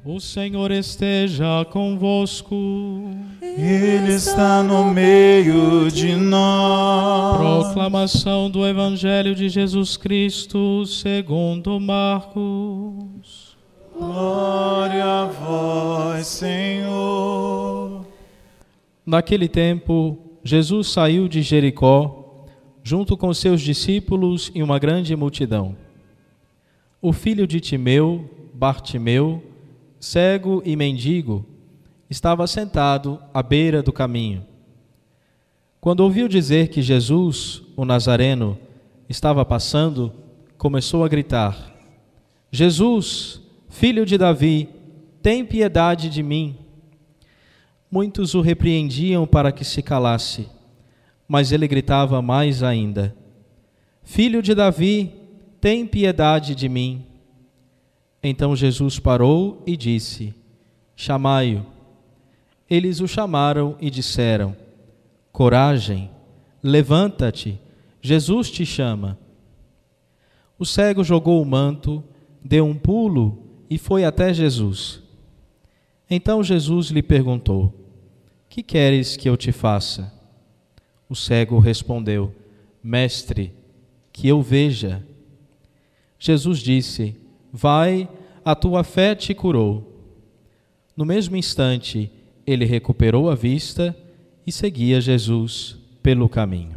O Senhor esteja convosco. Ele está no meio de nós. Proclamação do Evangelho de Jesus Cristo segundo Marcos. Glória a vós, Senhor. Naquele tempo, Jesus saiu de Jericó, junto com seus discípulos e uma grande multidão. O filho de Timeu, Bartimeu, cego e mendigo, estava sentado à beira do caminho. Quando ouviu dizer que Jesus, o Nazareno, estava passando, começou a gritar: Jesus, filho de Davi, tem piedade de mim. Muitos o repreendiam para que se calasse, mas ele gritava mais ainda: Filho de Davi, tem piedade de mim. Então Jesus parou e disse: Chamai-o. Eles o chamaram e disseram: Coragem, levanta-te, Jesus te chama. O cego jogou o manto, deu um pulo e foi até Jesus. Então Jesus lhe perguntou: Que queres que eu te faça? O cego respondeu: Mestre, que eu veja. Jesus disse: Vai, a tua fé te curou. No mesmo instante, ele recuperou a vista e seguia Jesus pelo caminho.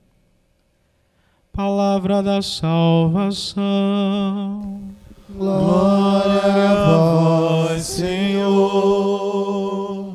Palavra da salvação. Glória a vós, Senhor.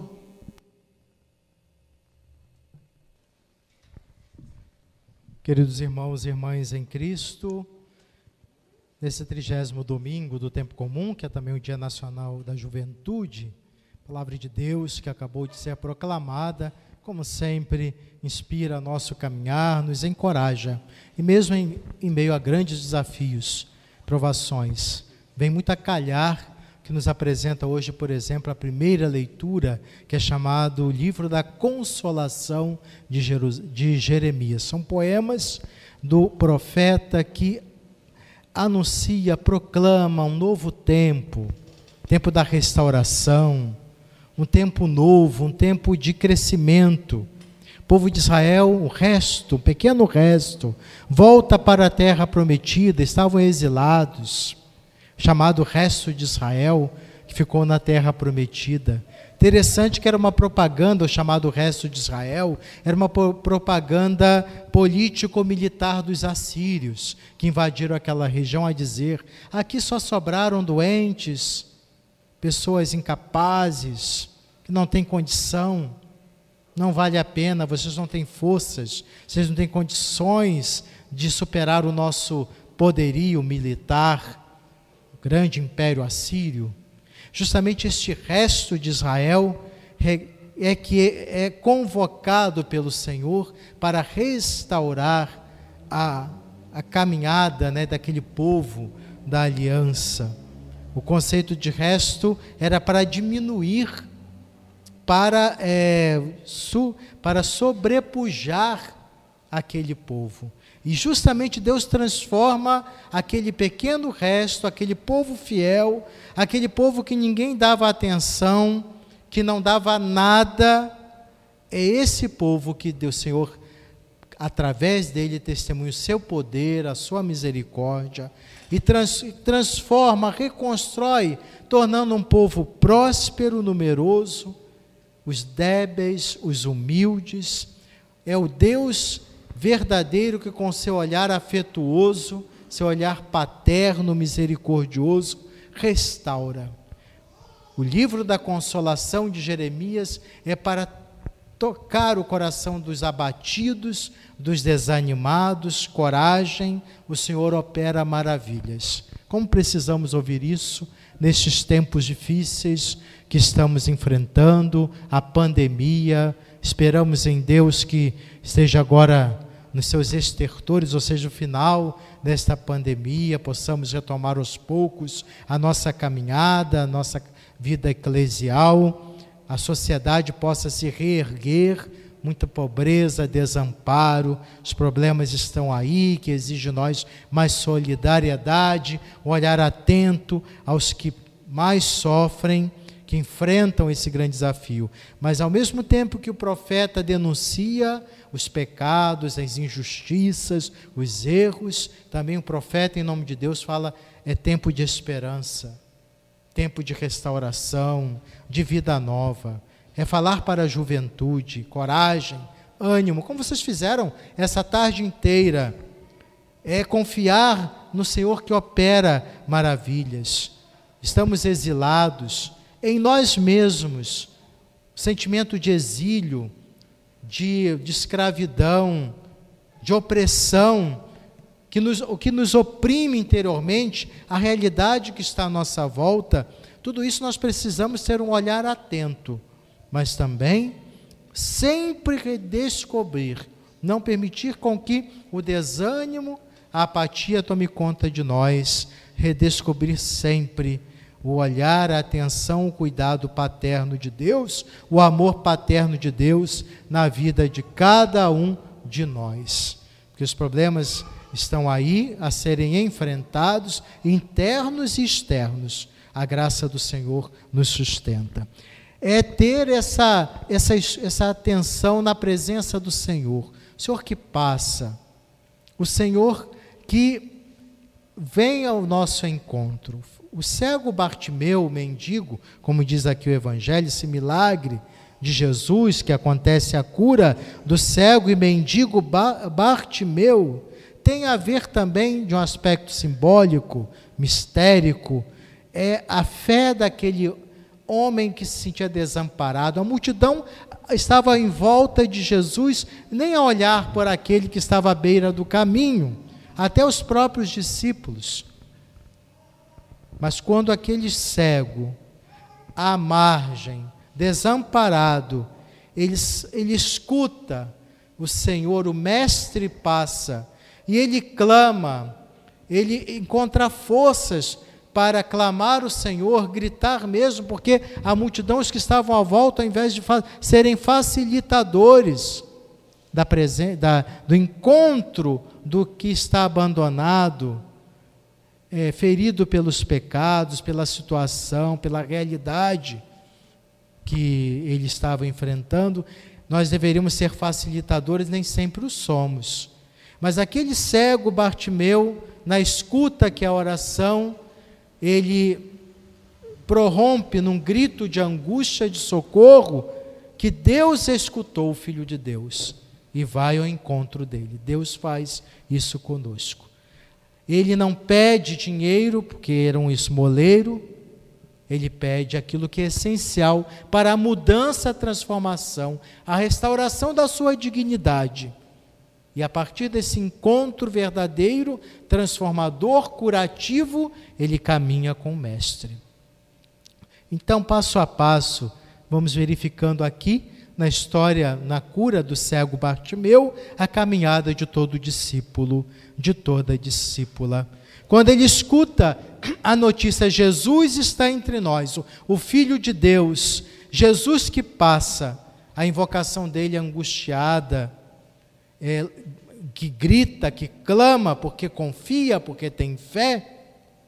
Queridos irmãos e irmãs em Cristo, nesse 30º domingo do Tempo Comum, que é também o Dia Nacional da Juventude, a Palavra de Deus que acabou de ser proclamada, como sempre, inspira nosso caminhar, nos encoraja. E mesmo em meio a grandes desafios, provações, vem muito a calhar que nos apresenta hoje, por exemplo, a primeira leitura, que é chamado o Livro da Consolação de Jeremias. São poemas do profeta que anuncia, proclama um novo tempo, tempo da restauração, um tempo novo, um tempo de crescimento. O povo de Israel, o resto, um pequeno resto, volta para a terra prometida, estavam exilados, chamado resto de Israel, que ficou na terra prometida. Interessante que era uma propaganda, o chamado resto de Israel, era uma propaganda político-militar dos assírios, que invadiram aquela região, a dizer: aqui só sobraram doentes, pessoas incapazes, que não têm condição, não vale a pena, vocês não têm forças, vocês não têm condições de superar o nosso poderio militar, o grande império assírio. Justamente este resto de Israel é que é convocado pelo Senhor para restaurar a caminhada, né, daquele povo da aliança. O conceito de resto era para diminuir, para sobrepujar aquele povo. E justamente Deus transforma aquele pequeno resto, aquele povo fiel, aquele povo que ninguém dava atenção, que não dava nada. É esse povo que o Senhor, através dele, testemunha o seu poder, a sua misericórdia, e transforma, reconstrói, tornando um povo próspero, numeroso, os débeis, os humildes. É o Deus verdadeiro que, com seu olhar afetuoso, seu olhar paterno, misericordioso, restaura. O livro da consolação de Jeremias é para tocar o coração dos abatidos, dos desanimados. Coragem, o Senhor opera maravilhas. Como precisamos ouvir isso nestes tempos difíceis que estamos enfrentando, a pandemia. Esperamos em Deus que esteja agora nos seus estertores, ou seja, o final desta pandemia, possamos retomar aos poucos a nossa caminhada, a nossa vida eclesial, a sociedade possa se reerguer. Muita pobreza, desamparo, os problemas estão aí, que exigem nós mais solidariedade, um olhar atento aos que mais sofrem, que enfrentam esse grande desafio. Mas ao mesmo tempo que o profeta denuncia os pecados, as injustiças, os erros, também o profeta, em nome de Deus, fala: é tempo de esperança, tempo de restauração, de vida nova. É falar para a juventude: coragem, ânimo, como vocês fizeram essa tarde inteira. É confiar no Senhor que opera maravilhas. Estamos exilados em nós mesmos, sentimento de exílio, de escravidão, de opressão, o que nos oprime interiormente, a realidade que está à nossa volta. Tudo isso nós precisamos ter um olhar atento, mas também sempre redescobrir, não permitir com que o desânimo, a apatia tome conta de nós, redescobrir sempre o olhar, a atenção, o cuidado paterno de Deus, o amor paterno de Deus na vida de cada um de nós. Porque os problemas estão aí a serem enfrentados, internos e externos. A graça do Senhor nos sustenta. É ter essa atenção na presença do Senhor. O Senhor que passa, o Senhor que vem ao nosso encontro. O cego Bartimeu, o mendigo, como diz aqui o Evangelho, esse milagre de Jesus, que acontece a cura do cego e mendigo Bartimeu, tem a ver também, de um aspecto simbólico, mistérico, é a fé daquele homem que se sentia desamparado. A multidão estava em volta de Jesus, nem a olhar por aquele que estava à beira do caminho, até os próprios discípulos. Mas quando aquele cego, à margem, desamparado, ele escuta o Senhor, o Mestre passa, e ele clama, ele encontra forças para clamar o Senhor, gritar mesmo, porque a multidão, os que estavam à volta, ao invés de serem facilitadores do encontro do que está abandonado, ferido pelos pecados, pela situação, pela realidade que ele estava enfrentando, nós deveríamos ser facilitadores, nem sempre o somos. Mas aquele cego Bartimeu, na escuta que é a oração, ele prorrompe num grito de angústia, de socorro, que Deus escutou o Filho de Deus e vai ao encontro dele. Deus faz isso conosco. Ele não pede dinheiro, porque era um esmoleiro, ele pede aquilo que é essencial para a mudança, a transformação, a restauração da sua dignidade. E a partir desse encontro verdadeiro, transformador, curativo, ele caminha com o Mestre. Então, passo a passo, vamos verificando aqui, na história, na cura do cego Bartimeu, a caminhada de todo discípulo, de toda discípula. Quando ele escuta a notícia: Jesus está entre nós, o Filho de Deus, Jesus que passa, a invocação dele angustiada, que grita, que clama, porque confia, porque tem fé,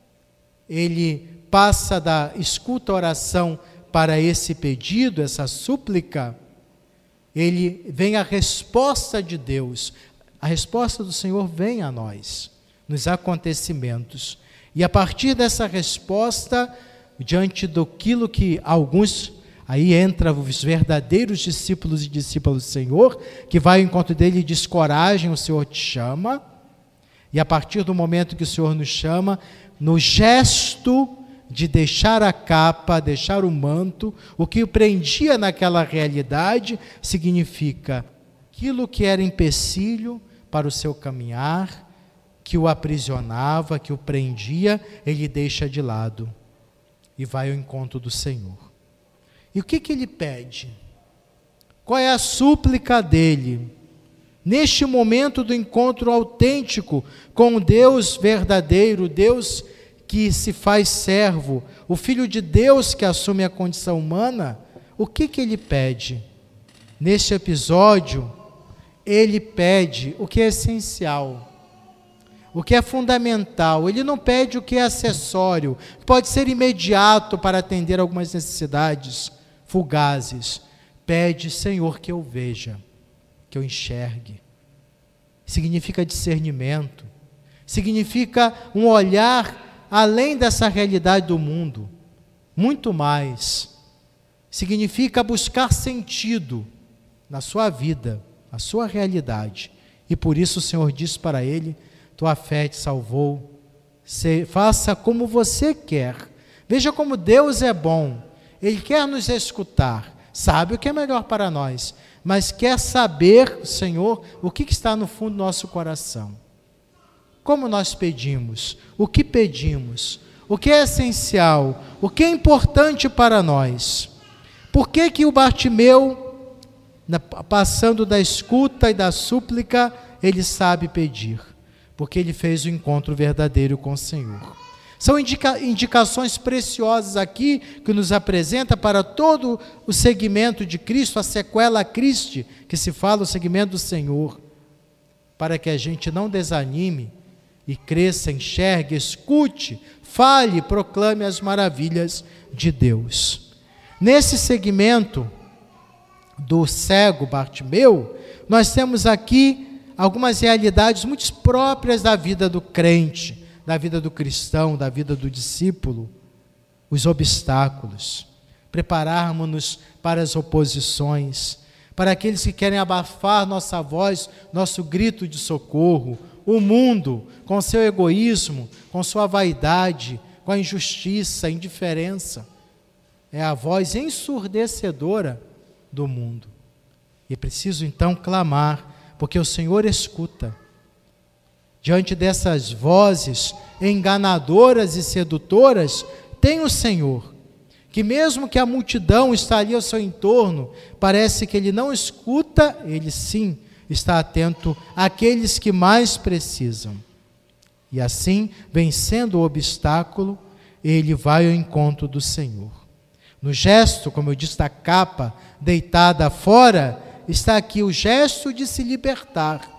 ele passa da escuta oração para esse pedido, essa súplica, ele vem a resposta de Deus, a resposta do Senhor vem a nós, nos acontecimentos, e a partir dessa resposta, diante daquilo que alguns, aí entra os verdadeiros discípulos e discípulas do Senhor, que vai ao encontro dele e diz: coragem, o Senhor te chama, e a partir do momento que o Senhor nos chama, no gesto de deixar a capa, deixar o manto, o que o prendia naquela realidade, significa aquilo que era empecilho para o seu caminhar, que o aprisionava, que o prendia, ele deixa de lado e vai ao encontro do Senhor. E o que ele pede? Qual é a súplica dele? Neste momento do encontro autêntico com o Deus verdadeiro, Deus que se faz servo, o Filho de Deus que assume a condição humana, o que ele pede? Neste episódio, ele pede o que é essencial: o que é fundamental. Ele não pede o que é acessório, pode ser imediato para atender algumas necessidades fugazes. Pede, Senhor, que eu veja, que eu enxergue. Significa discernimento, significa um olhar além dessa realidade do mundo, muito mais. Significa buscar sentido na sua vida, na sua realidade. E por isso o Senhor diz para ele: tua fé te salvou, faça como você quer. Veja como Deus é bom, Ele quer nos escutar, sabe o que é melhor para nós, mas quer saber, Senhor, o que está no fundo do nosso coração. Como nós pedimos, o que pedimos, o que é essencial, o que é importante para nós. Por que o Bartimeu, passando da escuta e da súplica, ele sabe pedir? Porque ele fez o encontro verdadeiro com o Senhor. São indicações preciosas aqui que nos apresenta para todo o segmento de Cristo, a sequela Christi, que se fala o segmento do Senhor, para que a gente não desanime e cresça, enxergue, escute, fale, proclame as maravilhas de Deus. Nesse segmento do cego Bartimeu, nós temos aqui algumas realidades muito próprias da vida do crente, da vida do cristão, da vida do discípulo. Os obstáculos, prepararmos-nos para as oposições, para aqueles que querem abafar nossa voz, nosso grito de socorro, o mundo, com seu egoísmo, com sua vaidade, com a injustiça, a indiferença. É a voz ensurdecedora do mundo. E é preciso então clamar, porque o Senhor escuta. Diante dessas vozes enganadoras e sedutoras, tem o Senhor, que mesmo que a multidão está ali ao seu entorno, parece que Ele não escuta, Ele sim está atento àqueles que mais precisam. E assim, vencendo o obstáculo, ele vai ao encontro do Senhor. No gesto, como eu disse, da capa deitada fora, está aqui o gesto de se libertar.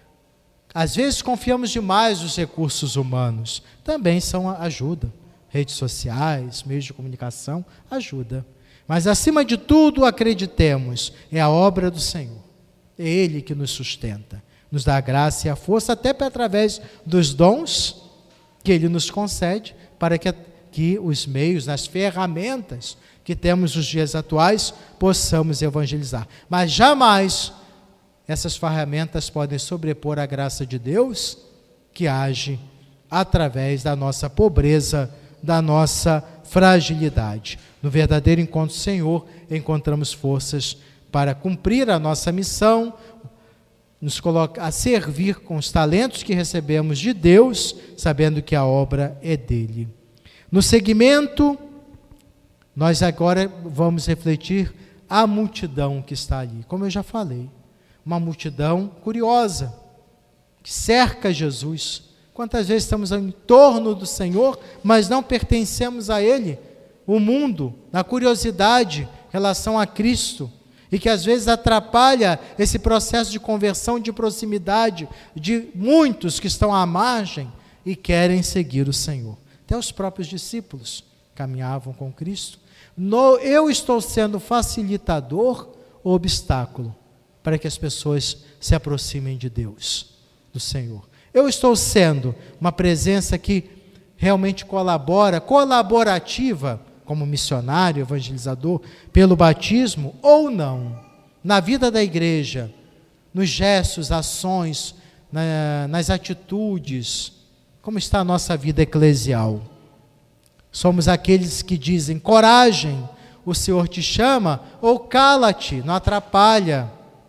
Às vezes confiamos demais nos recursos humanos, também são ajuda. Redes sociais, meios de comunicação, ajuda. Mas acima de tudo, acreditemos, é a obra do Senhor. É Ele que nos sustenta, nos dá a graça e a força, até através dos dons que Ele nos concede, para que os meios, as ferramentas que temos nos dias atuais, possamos evangelizar. Mas jamais essas ferramentas podem sobrepor a graça de Deus, que age através da nossa pobreza, da nossa fragilidade. No verdadeiro encontro do Senhor, encontramos forças para cumprir a nossa missão, nos colocar a servir com os talentos que recebemos de Deus, sabendo que a obra é dele. No segmento, nós agora vamos refletir a multidão que está ali. Como eu já falei, uma multidão curiosa, que cerca Jesus. Quantas vezes estamos em torno do Senhor, mas não pertencemos a Ele? O mundo, na curiosidade em relação a Cristo, e que às vezes atrapalha esse processo de conversão, de proximidade, de muitos que estão à margem e querem seguir o Senhor. Até os próprios discípulos caminhavam com Cristo. Eu estou sendo facilitador ou obstáculo para que as pessoas se aproximem de Deus, do Senhor? Eu estou sendo uma presença que realmente colaborativa, como missionário, evangelizador, pelo batismo, ou não? Na vida da igreja, nos gestos, ações, nas atitudes, como está a nossa vida eclesial? Somos aqueles que dizem, coragem, o Senhor te chama, ou cala-te, não atrapalha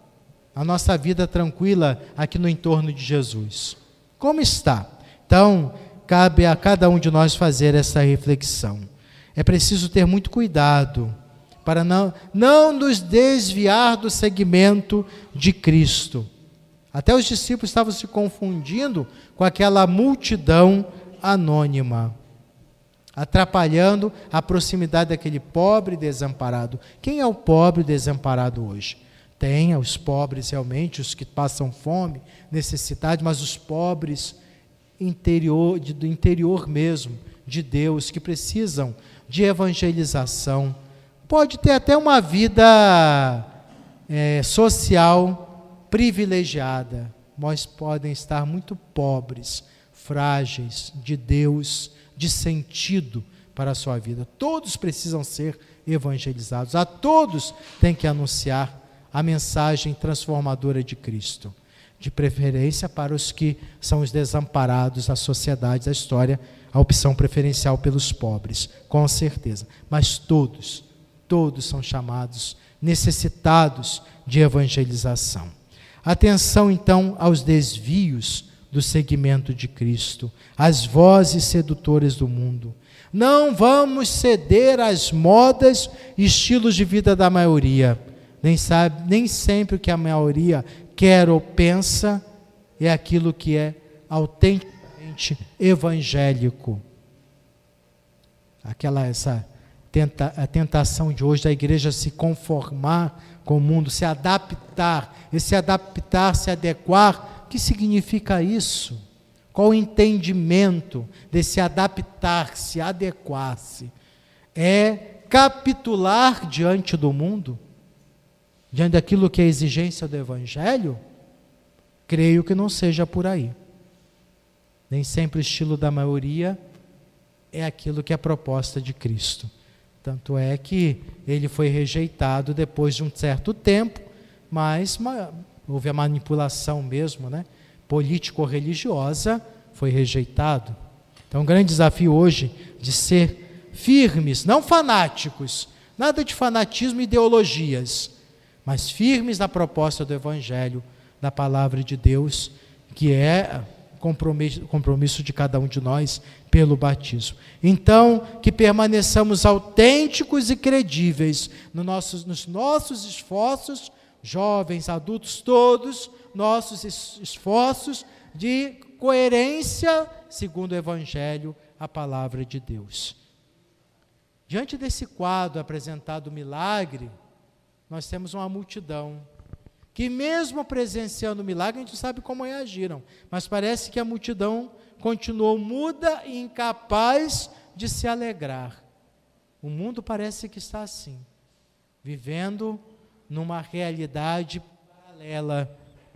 a nossa vida tranquila aqui no entorno de Jesus. Como está? Então, cabe a cada um de nós fazer essa reflexão. É preciso ter muito cuidado para não nos desviar do segmento de Cristo. Até os discípulos estavam se confundindo com aquela multidão anônima, atrapalhando a proximidade daquele pobre desamparado. Quem é o pobre desamparado hoje? Tem os pobres realmente, os que passam fome, necessidade, mas os pobres do interior mesmo, de Deus, que precisam de evangelização. Pode ter até uma vida social privilegiada, mas podem estar muito pobres, frágeis de Deus, de sentido para a sua vida. Todos precisam ser evangelizados, a todos tem que anunciar a mensagem transformadora de Cristo, de preferência para os que são os desamparados da sociedade, da história, a opção preferencial pelos pobres, com certeza, mas todos são chamados, necessitados de evangelização. Atenção então aos desvios do seguimento de Cristo, às vozes sedutoras do mundo. Não vamos ceder às modas e estilos de vida da maioria. Nem sempre o que a maioria quer ou pensa é aquilo que é autenticamente evangélico. A tentação de hoje da igreja se conformar com o mundo, se adaptar, se adequar. O que significa isso? Qual o entendimento desse adaptar-se, adequar-se? É capitular diante do mundo? Diante daquilo que é a exigência do Evangelho? Creio que não seja por aí. Nem sempre o estilo da maioria é aquilo que é a proposta de Cristo. Tanto é que ele foi rejeitado depois de um certo tempo, mas houve a manipulação mesmo, político-religiosa, foi rejeitado. Então, um grande desafio hoje de ser firmes, não fanáticos, nada de fanatismo e ideologias, mas firmes na proposta do Evangelho, da palavra de Deus, que é compromisso de cada um de nós pelo batismo. Então, que permaneçamos autênticos e credíveis nos nossos esforços, jovens, adultos, todos, nossos esforços de coerência segundo o Evangelho, a palavra de Deus. Diante desse quadro apresentado, o milagre, nós temos uma multidão que mesmo presenciando o milagre, a gente não sabe como reagiram, mas parece que a multidão continuou muda e incapaz de se alegrar. O mundo parece que está assim, vivendo numa realidade paralela,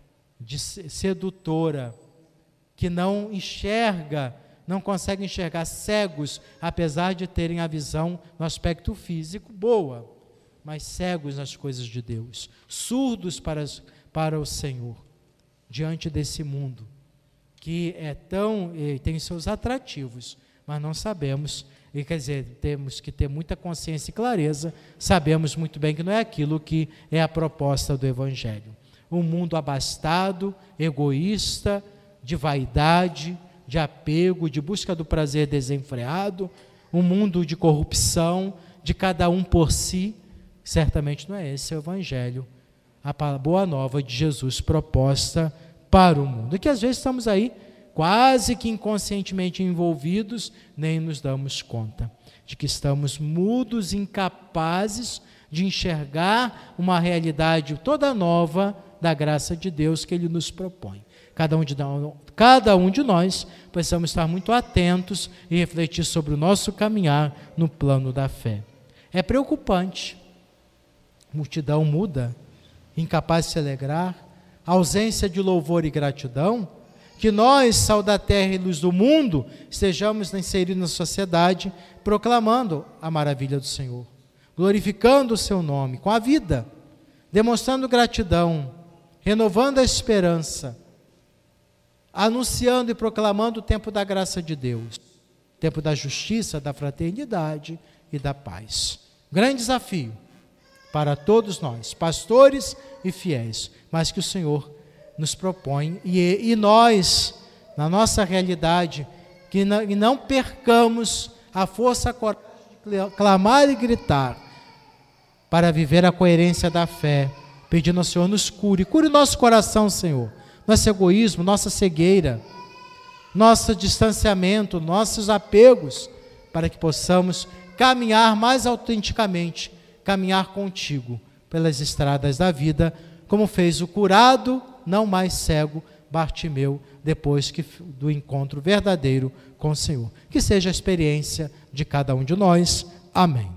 sedutora, que não enxerga, não consegue enxergar, cegos, apesar de terem a visão no aspecto físico boa, mas cegos nas coisas de Deus, surdos para o Senhor, diante desse mundo, que tem seus atrativos, mas não sabemos, temos que ter muita consciência e clareza, sabemos muito bem que não é aquilo que é a proposta do Evangelho. Um mundo abastado, egoísta, de vaidade, de apego, de busca do prazer desenfreado, um mundo de corrupção, de cada um por si. Certamente não é esse o Evangelho, a boa nova de Jesus proposta para o mundo. E que às vezes estamos aí quase que inconscientemente envolvidos, nem nos damos conta de que estamos mudos, incapazes de enxergar uma realidade toda nova da graça de Deus que Ele nos propõe. Cada um de nós precisamos estar muito atentos e refletir sobre o nosso caminhar no plano da fé. É preocupante. Multidão muda, incapaz de se alegrar, ausência de louvor e gratidão, que nós, sal da terra e luz do mundo, estejamos inseridos na sociedade, proclamando a maravilha do Senhor, glorificando o seu nome com a vida, demonstrando gratidão, renovando a esperança, anunciando e proclamando o tempo da graça de Deus, tempo da justiça, da fraternidade e da paz. Grande desafio para todos nós, pastores e fiéis, mas que o Senhor nos propõe e nós, na nossa realidade, que não percamos a força, a coragem de clamar e gritar para viver a coerência da fé, pedindo ao Senhor nos cure o nosso coração, Senhor, nosso egoísmo, nossa cegueira, nosso distanciamento, nossos apegos, para que possamos caminhar mais autenticamente, caminhar contigo pelas estradas da vida, como fez o curado, não mais cego, Bartimeu depois do encontro verdadeiro com o Senhor. Que seja a experiência de cada um de nós. Amém.